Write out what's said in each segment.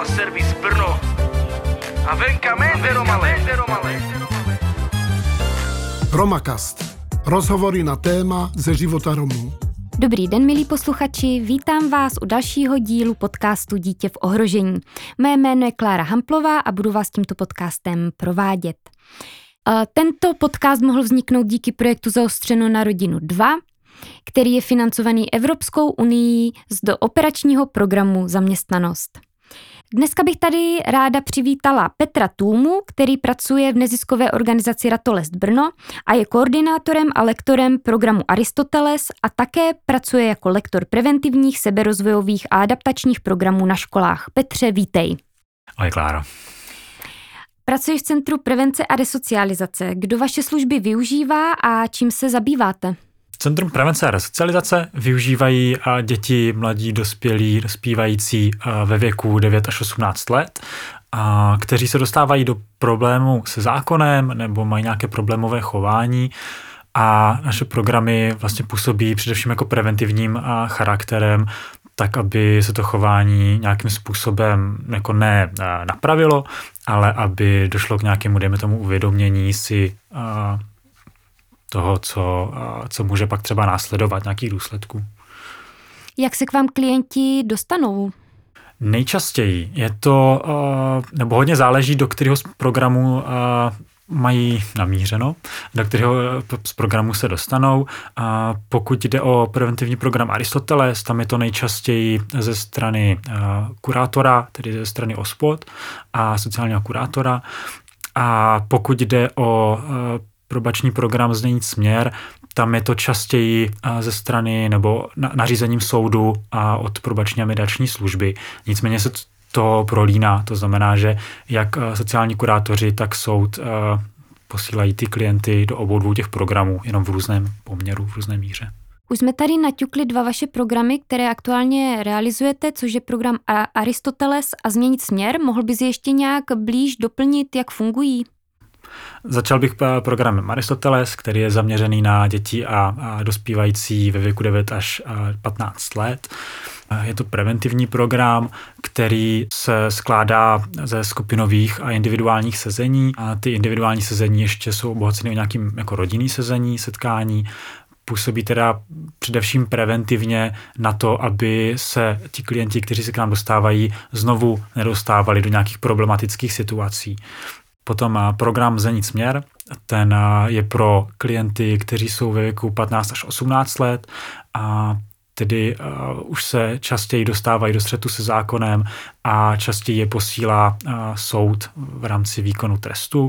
a servis Brno. A venka Mende Romale. Romakast. Rozhovory na téma ze života Romů. Dobrý den, milí posluchači, vítám vás u dalšího dílu podcastu Dítě v ohrožení. Mé jméno je Klára Hamplová a budu vás tímto podcastem provádět. Tento podcast mohl vzniknout díky projektu Zaostřeno na rodinu 2, který je financovaný Evropskou unií do operačního programu Zaměstnanost. Dneska bych tady ráda přivítala Petra Tůmu, který pracuje v neziskové organizaci Ratolest Brno a je koordinátorem a lektorem programu Aristoteles a také pracuje jako lektor preventivních, seberozvojových a adaptačních programů na školách. Petře, vítej. Ahoj, Kláro. Pracuješ v Centru prevence a resocializace. Kdo vaše služby využívá a čím se zabýváte? Centrum prevence a resocializace využívají děti, mladí, dospělí, dospívající ve věku 9 až 18 let, kteří se dostávají do problémů se zákonem nebo mají nějaké problémové chování. A naše programy vlastně působí především jako preventivním charakterem, tak, aby se to chování nějakým způsobem jako ne napravilo, ale aby došlo k nějakému, dejme tomu, uvědomění si toho, co může pak třeba následovat, nějakých důsledků. Jak se k vám klienti dostanou? Nejčastěji je to, nebo hodně záleží, do kterého z programu mají namířeno, do kterého z programu se dostanou. Pokud jde o preventivní program Aristoteles, tam je to nejčastěji ze strany kurátora, tedy ze strany OSPOD a sociálního kurátora. A pokud jde o probační program Změnit směr, tam je to častěji ze strany nebo nařízením soudu a od probační a mediační služby. Nicméně se to prolíná, to znamená, že jak sociální kurátoři, tak soud posílají ty klienty do obou dvou těch programů, jenom v různém poměru, v různé míře. Už jsme tady naťukli dva vaše programy, které aktuálně realizujete, což je program Aristoteles a Změnit směr. Mohl bys ještě nějak blíž doplnit, jak fungují? Začal bych programem Aristoteles, který je zaměřený na děti a dospívající ve věku 9 až 15 let. Je to preventivní program, který se skládá ze skupinových a individuálních sezení. A ty individuální sezení ještě jsou obohaceny o nějakým jako rodinný sezení, setkání. Působí teda především preventivně na to, aby se ti klienti, kteří se k nám dostávají, znovu nedostávali do nějakých problematických situací. Potom program Změnit směr, ten je pro klienty, kteří jsou ve věku 15 až 18 let a tedy už se častěji dostávají do střetu se zákonem a častěji je posílá soud v rámci výkonu trestu.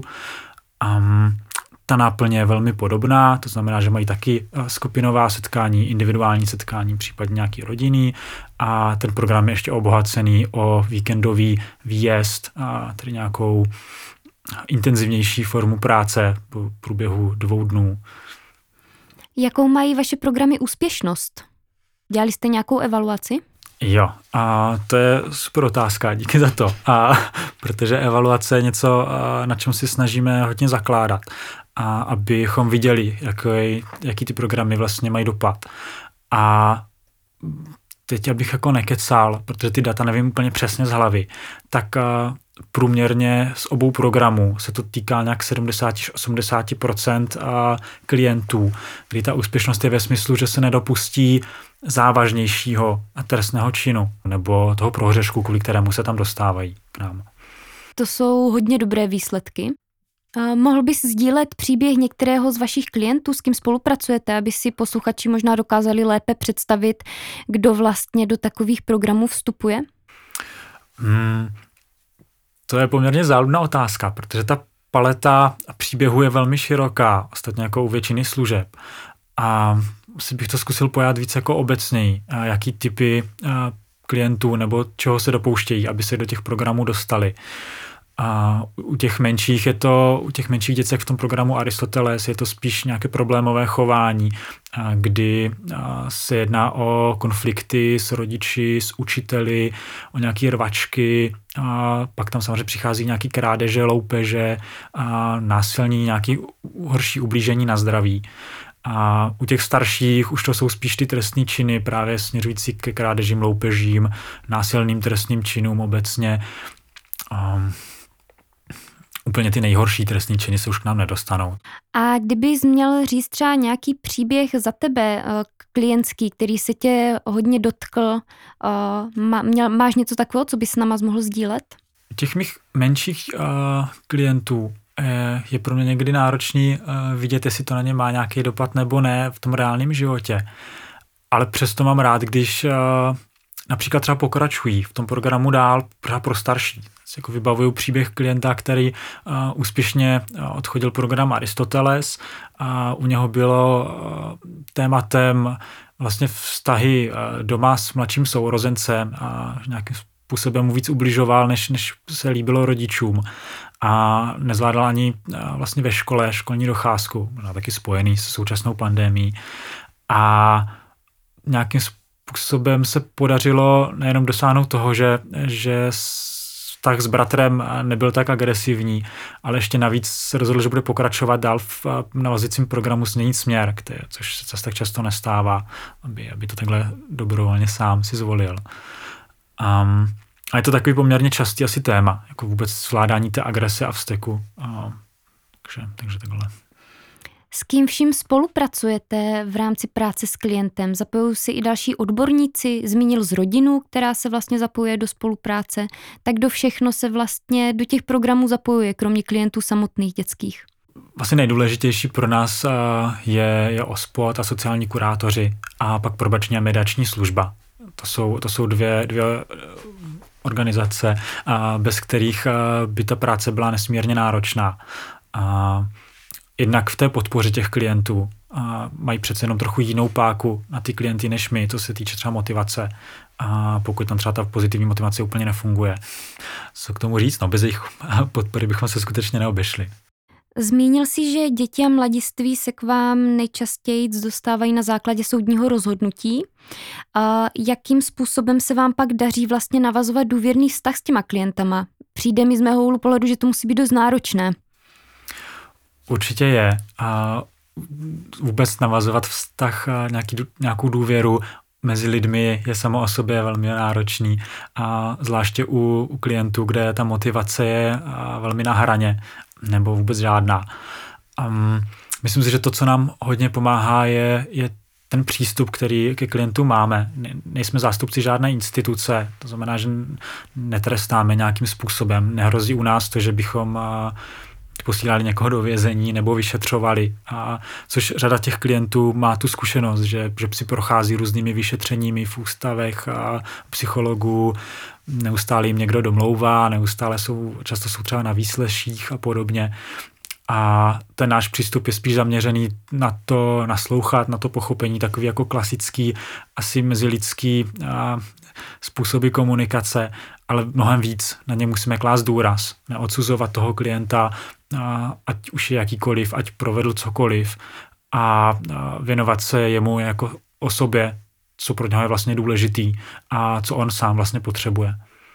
Ta náplň je velmi podobná, to znamená, že mají taky skupinová setkání, individuální setkání, případně nějaký rodinný a ten program je ještě obohacený o víkendový výjezd, tedy nějakou intenzivnější formu práce v průběhu 2 dnů. Jakou mají vaše programy úspěšnost? Dělali jste nějakou evaluaci? Jo, a to je super otázka, díky za to. Protože evaluace je něco, na čem si snažíme hodně zakládat. A abychom viděli, jaký ty programy vlastně mají dopad. A teď abych jako nekecal, protože ty data nevím úplně přesně z hlavy, tak průměrně z obou programů se to týká nějak 70-80% klientů, kdy ta úspěšnost je ve smyslu, že se nedopustí závažnějšího a trestného činu nebo toho prohřešku, kvůli kterému se tam dostávají k nám. To jsou hodně dobré výsledky. Mohl bys sdílet příběh některého z vašich klientů, s kým spolupracujete, aby si posluchači možná dokázali lépe představit, kdo vlastně do takových programů vstupuje? To je poměrně záludná otázka, protože ta paleta příběhů je velmi široká, ostatně jako u většiny služeb. A si bych to zkusil pojat víc jako obecněji, jaký typy klientů nebo čeho se dopouštějí, aby se do těch programů dostali. A u těch menších děcek v tom programu Aristoteles je to spíš nějaké problémové chování, kdy se jedná o konflikty s rodiči, s učiteli, o nějaké rvačky, a pak tam samozřejmě přichází nějaké krádeže, loupeže, a násilní, nějaké horší ublížení na zdraví. A u těch starších už to jsou spíš ty trestní činy právě směřující ke krádežím, loupežím, násilným trestným činům obecně. Úplně ty nejhorší trestní činy se už k nám nedostanou. A kdybys měl říct třeba nějaký příběh za tebe klientský, který se tě hodně dotkl, máš něco takového, co bys s náma mohl sdílet? Těch mých menších klientů je pro mě někdy náročný vidět, jestli to na ně má nějaký dopad nebo ne v tom reálném životě. Ale přesto mám rád, když například třeba pokračují v tom programu dál pro starší. Jako vybavuju příběh klienta, který úspěšně odchodil program Aristoteles a u něho bylo tématem vlastně vztahy doma s mladším sourozencem a nějakým způsobem mu víc ubližoval, než se líbilo rodičům. A nezvládal ani vlastně ve škole školní docházku, taky spojený se současnou pandemií. A nějakým způsobem se podařilo nejenom dosáhnout toho, že vztah s bratrem nebyl tak agresivní, ale ještě navíc se rozhodl, že bude pokračovat dál v navazujícím programu Změnit směr, což se zase tak často nestává, aby to takhle dobrovolně sám si zvolil. A je to takový poměrně častý asi téma, jako vůbec zvládání té agrese a vzteku. Takže takhle. S kým vším spolupracujete v rámci práce s klientem? Zapojují si i další odborníci? Zmínil z rodinu, která se vlastně zapojuje do spolupráce. Tak do všechno se vlastně do těch programů zapojuje, kromě klientů samotných dětských? Vlastně nejdůležitější pro nás je OSPOD a sociální kurátoři a pak probační a mediační služba. To jsou dvě organizace, bez kterých by ta práce byla nesmírně náročná. Jednak v té podpoře těch klientů mají přece jenom trochu jinou páku na ty klienty než my, co se týče třeba motivace. A pokud tam třeba ta pozitivní motivace úplně nefunguje. Co k tomu říct? No, bez jejich podpory bychom se skutečně neobešli. Zmínil jsi, že děti a mladiství se k vám nejčastěji dostávají na základě soudního rozhodnutí. Jakým způsobem se vám pak daří vlastně navazovat důvěrný vztah s těma klientama? Přijde mi z mého úhlu pohledu, že to musí být dost náročné. Určitě je. A vůbec navazovat vztah, nějakou důvěru mezi lidmi je samo o sobě velmi náročný. A zvláště u klientů, kde ta motivace je velmi na hraně nebo vůbec žádná. Myslím si, že to, co nám hodně pomáhá, je ten přístup, který ke klientům máme. Nejsme zástupci žádné instituce, to znamená, že netrestáme nějakým způsobem. Nehrozí u nás to, že bychom posílali někoho do vězení nebo vyšetřovali. Což řada těch klientů má tu zkušenost, že si prochází různými vyšetřeními v ústavech a psychologů, neustále jim někdo domlouvá, často jsou třeba na výsleších a podobně. A ten náš přístup je spíš zaměřený na to naslouchat, na to pochopení, takový jako klasický, asi mezilidský způsoby komunikace, ale mnohem víc na ně musíme klást důraz, neodsuzovat toho klienta, ať už je jakýkoliv, ať provedl cokoliv a věnovat se jemu jako osobě, co pro něho je vlastně důležitý a co on sám vlastně potřebuje.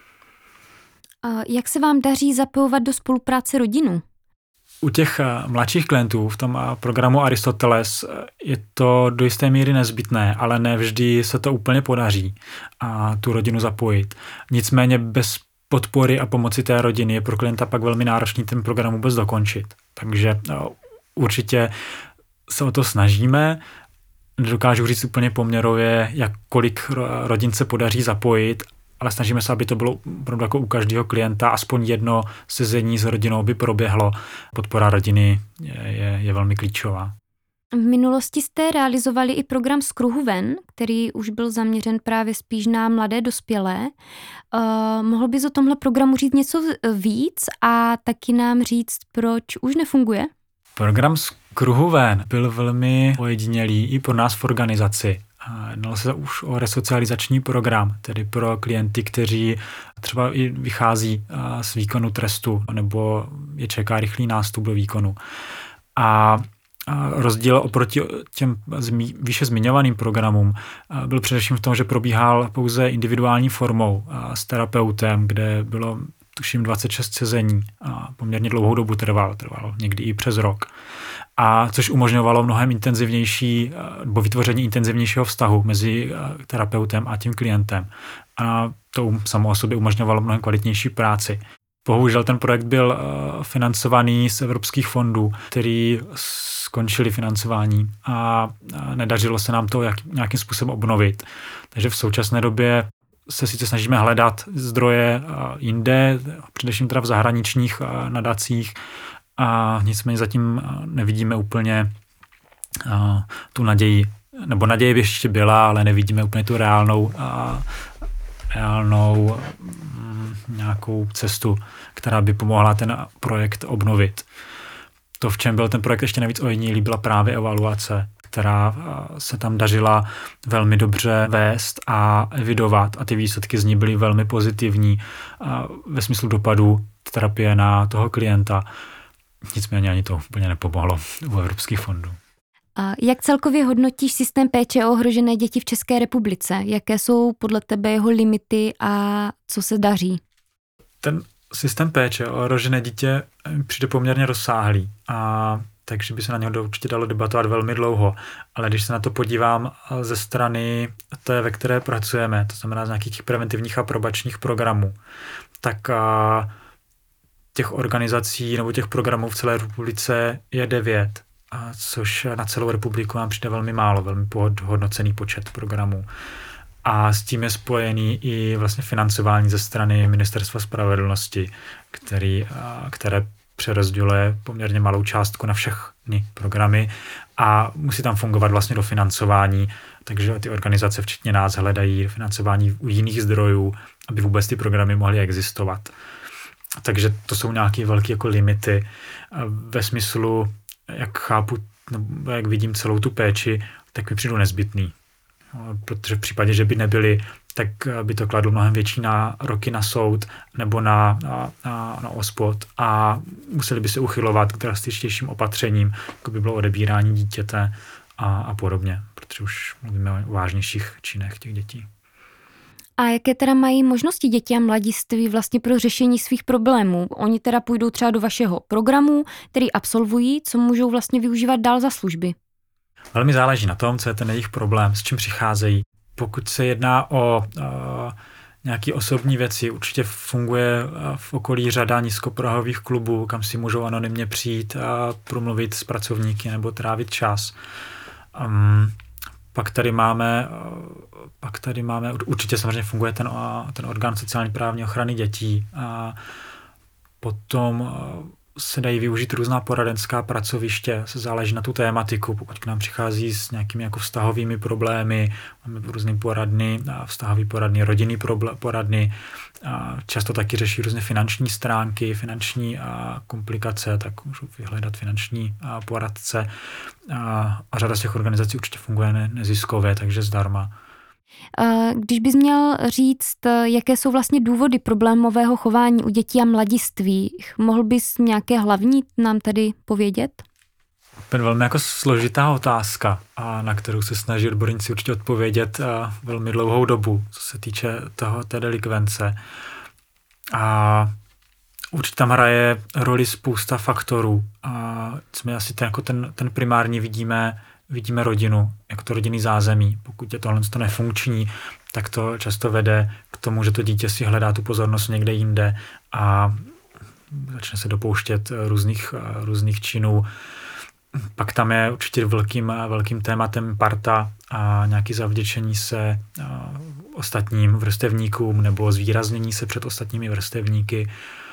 Jak se vám daří zapojovat do spolupráce rodinu? U těch mladších klientů v tom programu Aristoteles je to do jisté míry nezbytné, ale ne vždy se to úplně podaří a tu rodinu zapojit. Nicméně bez podpory a pomoci té rodiny je pro klienta pak velmi náročný ten program vůbec dokončit. Takže určitě se o to snažíme. Nedokážu říct úplně poměrově, kolik rodin se podaří zapojit, ale snažíme se, aby to bylo opravdu jako u každého klienta, aspoň jedno sezení s rodinou by proběhlo. Podpora rodiny je velmi klíčová. V minulosti jste realizovali i program Z kruhu ven, který už byl zaměřen právě spíš na mladé dospělé. Mohl bys o tomhle programu říct něco víc a taky nám říct, proč už nefunguje? Program Z kruhu ven byl velmi ojedinělý i pro nás v organizaci. Jednalo se už o resocializační program, tedy pro klienty, kteří třeba i vychází z výkonu trestu nebo je čeká rychlý nástup do výkonu. A rozdíl oproti těm výše zmiňovaným programům byl především v tom, že probíhal pouze individuální formou s terapeutem, kde bylo tuším 26 sezení a poměrně dlouhou dobu trval někdy i přes rok. a což umožňovalo mnohem intenzivnější, nebo vytvoření intenzivnějšího vztahu mezi terapeutem a tím klientem. A to samo o sobě umožňovalo mnohem kvalitnější práci. Bohužel ten projekt byl financovaný z evropských fondů, který skončili financování a nedařilo se nám to nějakým způsobem obnovit. Takže v současné době se sice snažíme hledat zdroje jinde, především teda v zahraničních nadacích, a nicméně zatím nevidíme úplně tu naději, nebo naděje by ještě byla, ale nevidíme úplně tu reálnou nějakou cestu, která by pomohla ten projekt obnovit. To, v čem byl ten projekt ještě navíc ojedinělý, byla právě evaluace, která se tam dařila velmi dobře vést a evidovat a ty výsledky z ní byly velmi pozitivní ve smyslu dopadu terapie na toho klienta. Nicméně ani to úplně nepomohlo u evropských fondů. A jak celkově hodnotíš systém péče o ohrožené děti v České republice? Jaké jsou podle tebe jeho limity a co se daří? Ten systém péče o ohrožené dítě přijde poměrně rozsáhlý, takže by se na něho určitě dalo debatovat velmi dlouho. Ale když se na to podívám ze strany té, ve které pracujeme, to znamená z nějakých preventivních a probačních programů, tak těch organizací nebo těch programů v celé republice je 9, což na celou republiku nám přijde velmi málo, velmi podhodnocený počet programů. A s tím je spojený i vlastně financování ze strany Ministerstva spravedlnosti, které přerozděluje poměrně malou částku na všechny programy a musí tam fungovat vlastně do financování, takže ty organizace včetně nás hledají financování u jiných zdrojů, aby vůbec ty programy mohly existovat. Takže to jsou nějaké velké jako limity ve smyslu, jak chápu, nebo jak vidím celou tu péči, tak mi přijdu nezbytný. Protože v případě, že by nebyly, tak by to kladlo mnohem větší nároky na soud nebo na OSPOD a museli by se uchylovat k drastičtějším opatřením, jako by bylo odebírání dítěte a podobně, protože už mluvíme o vážnějších činech těch dětí. A jaké teda mají možnosti děti a mladiství vlastně pro řešení svých problémů? Oni teda půjdou třeba do vašeho programu, který absolvují, co můžou vlastně využívat dál za služby? Velmi záleží na tom, co je ten jejich problém, s čím přicházejí. Pokud se jedná o nějaké osobní věci, určitě funguje v okolí řada nízkoprahových klubů, kam si můžou anonymně přijít a promluvit s pracovníky nebo trávit čas. Pak tady máme, určitě samozřejmě funguje ten orgán sociální právní ochrany dětí. A potom se dají využít různá poradenská pracoviště, se záleží na tu tématiku, pokud k nám přichází s nějakými jako vztahovými problémy, máme různý poradny, vztahový poradny, rodinný poradny, často taky řeší různé finanční stránky, finanční komplikace, tak můžou vyhledat finanční poradce a řada z těch organizací určitě funguje neziskově, takže zdarma. Když bys měl říct, jaké jsou vlastně důvody problémového chování u dětí a mladistvých, mohl bys nějaké hlavní nám tady povědět? To je velmi jako složitá otázka, na kterou se snaží odborníci určitě odpovědět velmi dlouhou dobu, co se týče té delikvence. A určitě tam hraje roli spousta faktorů. My asi ten primární vidíme rodinu, jako to rodinný zázemí. Pokud je tohle nefunkční, tak to často vede k tomu, že to dítě si hledá tu pozornost někde jinde a začne se dopouštět různých činů. Pak tam je určitě velkým tématem parta a nějaké zavděčení se ostatním vrstevníkům nebo zvýraznění se před ostatními vrstevníky.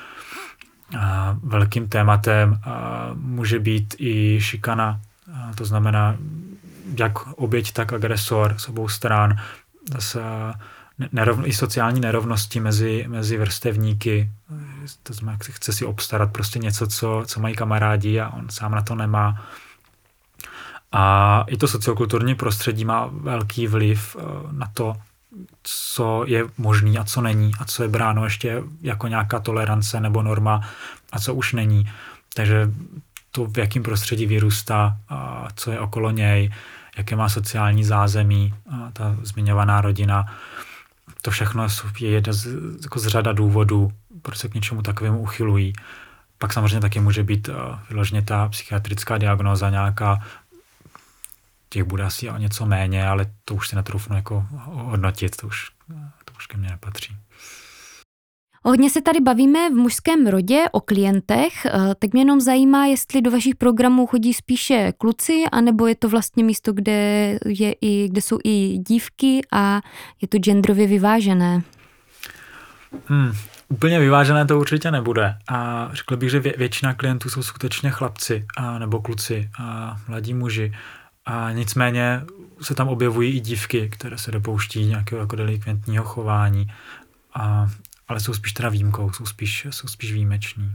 Velkým tématem může být i šikana, to znamená jak oběť, tak agresor z obou stran. Zase i sociální nerovnosti mezi vrstevníky. To znamená, chce si obstarat prostě něco, co mají kamarádi a on sám na to nemá. A i to sociokulturní prostředí má velký vliv na to, co je možný a co není a co je bráno ještě jako nějaká tolerance nebo norma a co už není. Takže to, v jakém prostředí vyrůstá, co je okolo něj, jaké má sociální zázemí, ta zmiňovaná rodina. To všechno je jedna z řada důvodů, proč se k něčemu takovému uchylují. Pak samozřejmě taky může být vyloženě ta psychiatrická diagnóza nějaká, těch bude asi o něco méně, ale to už si netroufnu jako hodnotit, to už ke mně nepatří. Hodně se tady bavíme v mužském rodě o klientech, tak mě jenom zajímá, jestli do vašich programů chodí spíše kluci, anebo je to vlastně místo, kde jsou i dívky a je to genderově vyvážené. Úplně vyvážené to určitě nebude. A řekl bych, že většina klientů jsou skutečně chlapci nebo kluci a mladí muži. A nicméně se tam objevují i dívky, které se dopouští nějakého jako delikventního chování. Ale jsou spíš teda výjimkou, jsou spíš výjimeční.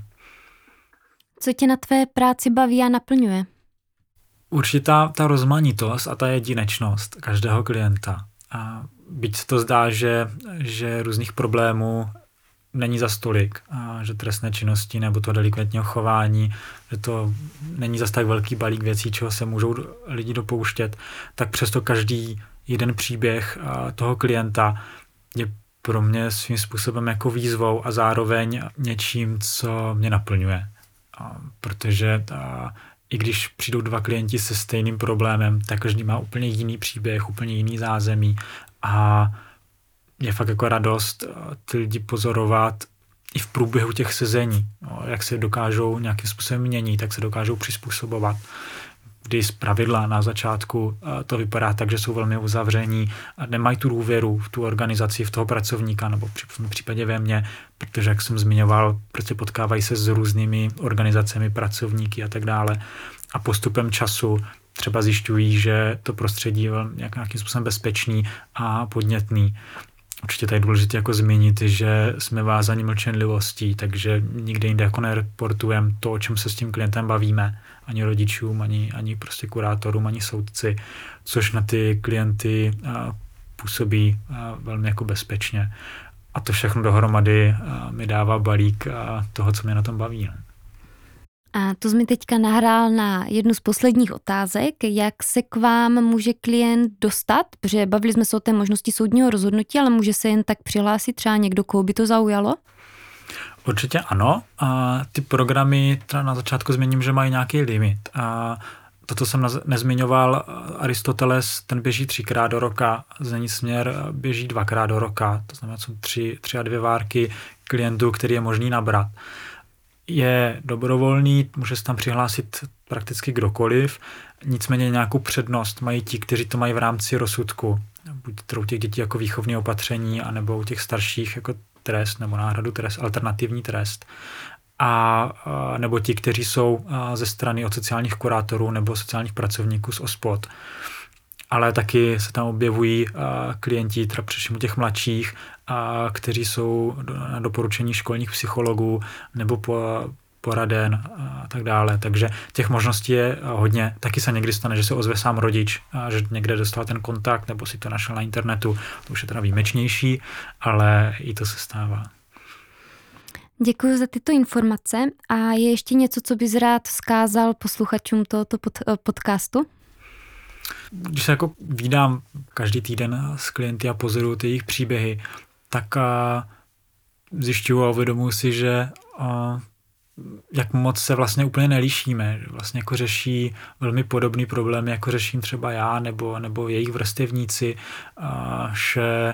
Co tě na tvé práci baví a naplňuje? Určitá ta rozmanitost a ta jedinečnost každého klienta. A byť se to zdá, že různých problémů není za stolik, a že trestné činnosti nebo to delikventního chování, že to není zas tak velký balík věcí, čeho se můžou lidi dopouštět, tak přesto každý jeden příběh toho klienta je pro mě svým způsobem jako výzvou a zároveň něčím, co mě naplňuje. Protože i když přijdou dva klienti se stejným problémem, tak každý má úplně jiný příběh, úplně jiný zázemí a je fakt jako radost ty lidi pozorovat i v průběhu těch sezení, jak se dokážou nějakým způsobem měnit, tak se dokážou přizpůsobovat. Kdy zpravidla na začátku to vypadá tak, že jsou velmi uzavření a nemají tu důvěru v tu organizaci, v toho pracovníka, nebo v případě ve mně, protože, jak jsem zmiňoval, prostě potkávají se s různými organizacemi, pracovníky a tak dále. A postupem času třeba zjišťují, že to prostředí je nějakým způsobem bezpečný a podnětný. Určitě tady je důležité jako zmínit, že jsme vázaní mlčenlivostí, takže nikde jinde jako nereportujeme to, o čem se s tím klientem bavíme, ani rodičům, ani prostě kurátorům, ani soudci, což na ty klienty působí velmi jako bezpečně. A to všechno dohromady mi dává balík toho, co mě na tom baví. A to jsi mi teďka nahrál na jednu z posledních otázek, jak se k vám může klient dostat, protože bavili jsme se o té možnosti soudního rozhodnutí, ale může se jen tak přihlásit třeba někdo, koho by to zaujalo? Určitě ano. A ty programy, teda na začátku zmíním, že mají nějaký limit. A to, co jsem nezmiňoval, Aristoteles, ten běží 3krát do roka, Zení směr běží 2krát do roka, to znamená, jsou 3 a 2 várky klientů, který je možný nabrat. Je dobrovolný, může se tam přihlásit prakticky kdokoliv, nicméně nějakou přednost mají ti, kteří to mají v rámci rozsudku, buď u těch dětí jako výchovné opatření, anebo u těch starších jako trest nebo náhradu trest, alternativní trest. A nebo ti, kteří jsou ze strany od sociálních kurátorů nebo sociálních pracovníků z OSPOD. Ale taky se tam objevují klienti, teda především těch mladších, kteří jsou na doporučení školních psychologů nebo poraden a tak dále. Takže těch možností je hodně. Taky se někdy stane, že se ozve sám rodič, že někde dostal ten kontakt nebo si to našel na internetu. To už je teda výjimečnější, ale i to se stává. Děkuji za tyto informace. A je ještě něco, co bys rád vzkázal posluchačům tohoto podcastu? Když se jako vídám každý týden s klienty a pozoruju ty jejich příběhy, tak zjišťuju a uvědomuji si, že jak moc se vlastně úplně nelišíme, že vlastně jako řeší velmi podobný problém, jako řeším třeba já nebo jejich vrstevníci, že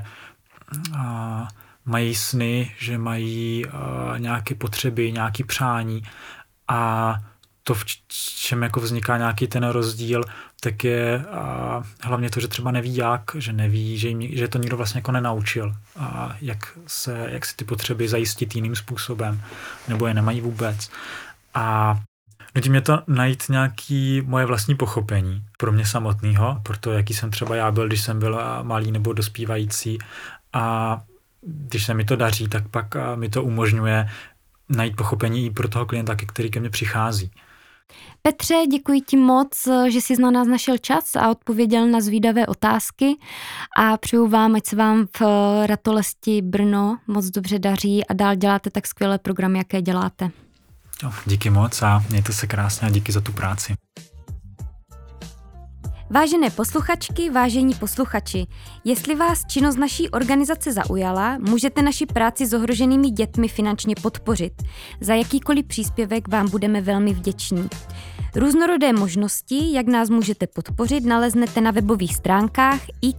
mají sny, že mají nějaké potřeby, nějaké přání a to, v čem jako vzniká nějaký ten rozdíl, tak je hlavně to, že třeba neví jak, že neví, že to nikdo vlastně jako nenaučil, jak si ty potřeby zajistit jiným způsobem, nebo je nemají vůbec. A nutí mě to najít nějaký moje vlastní pochopení pro mě samotného, pro to, jaký jsem třeba já byl, když jsem byl malý nebo dospívající. A když se mi to daří, tak pak mi to umožňuje najít pochopení i pro toho klienta, který ke mně přichází. Petře, děkuji ti moc, že jsi na nás našel čas a odpověděl na zvídavé otázky a přeju vám, ať se vám v Ratolesti Brno moc dobře daří a dál děláte tak skvělé programy, jaké děláte. Díky moc a mějte se krásně a díky za tu práci. Vážené posluchačky, vážení posluchači, jestli vás činnost naší organizace zaujala, můžete naši práci s ohroženými dětmi finančně podpořit. Za jakýkoliv příspěvek vám budeme velmi vděční. Různorodé možnosti, jak nás můžete podpořit, naleznete na webových stránkách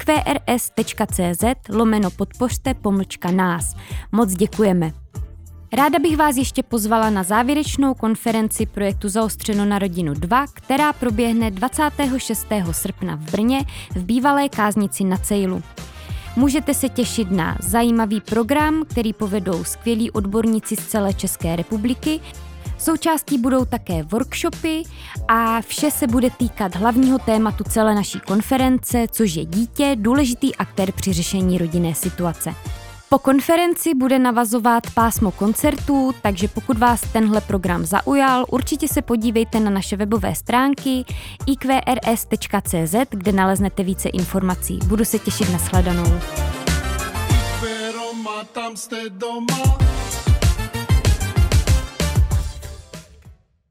iqrs.cz/podpořte-nás. Moc děkujeme. Ráda bych vás ještě pozvala na závěrečnou konferenci projektu Zaostřeno na rodinu 2, která proběhne 26. srpna v Brně v bývalé káznici na Cejlu. Můžete se těšit na zajímavý program, který povedou skvělí odborníci z celé České republiky. Součástí budou také workshopy a vše se bude týkat hlavního tématu celé naší konference, což je dítě, důležitý aktér při řešení rodinné situace. Po konferenci bude navazovat pásmo koncertů, takže pokud vás tenhle program zaujal, určitě se podívejte na naše webové stránky iqrs.cz, kde naleznete více informací. Budu se těšit na shledanou. Pero tam jste doma.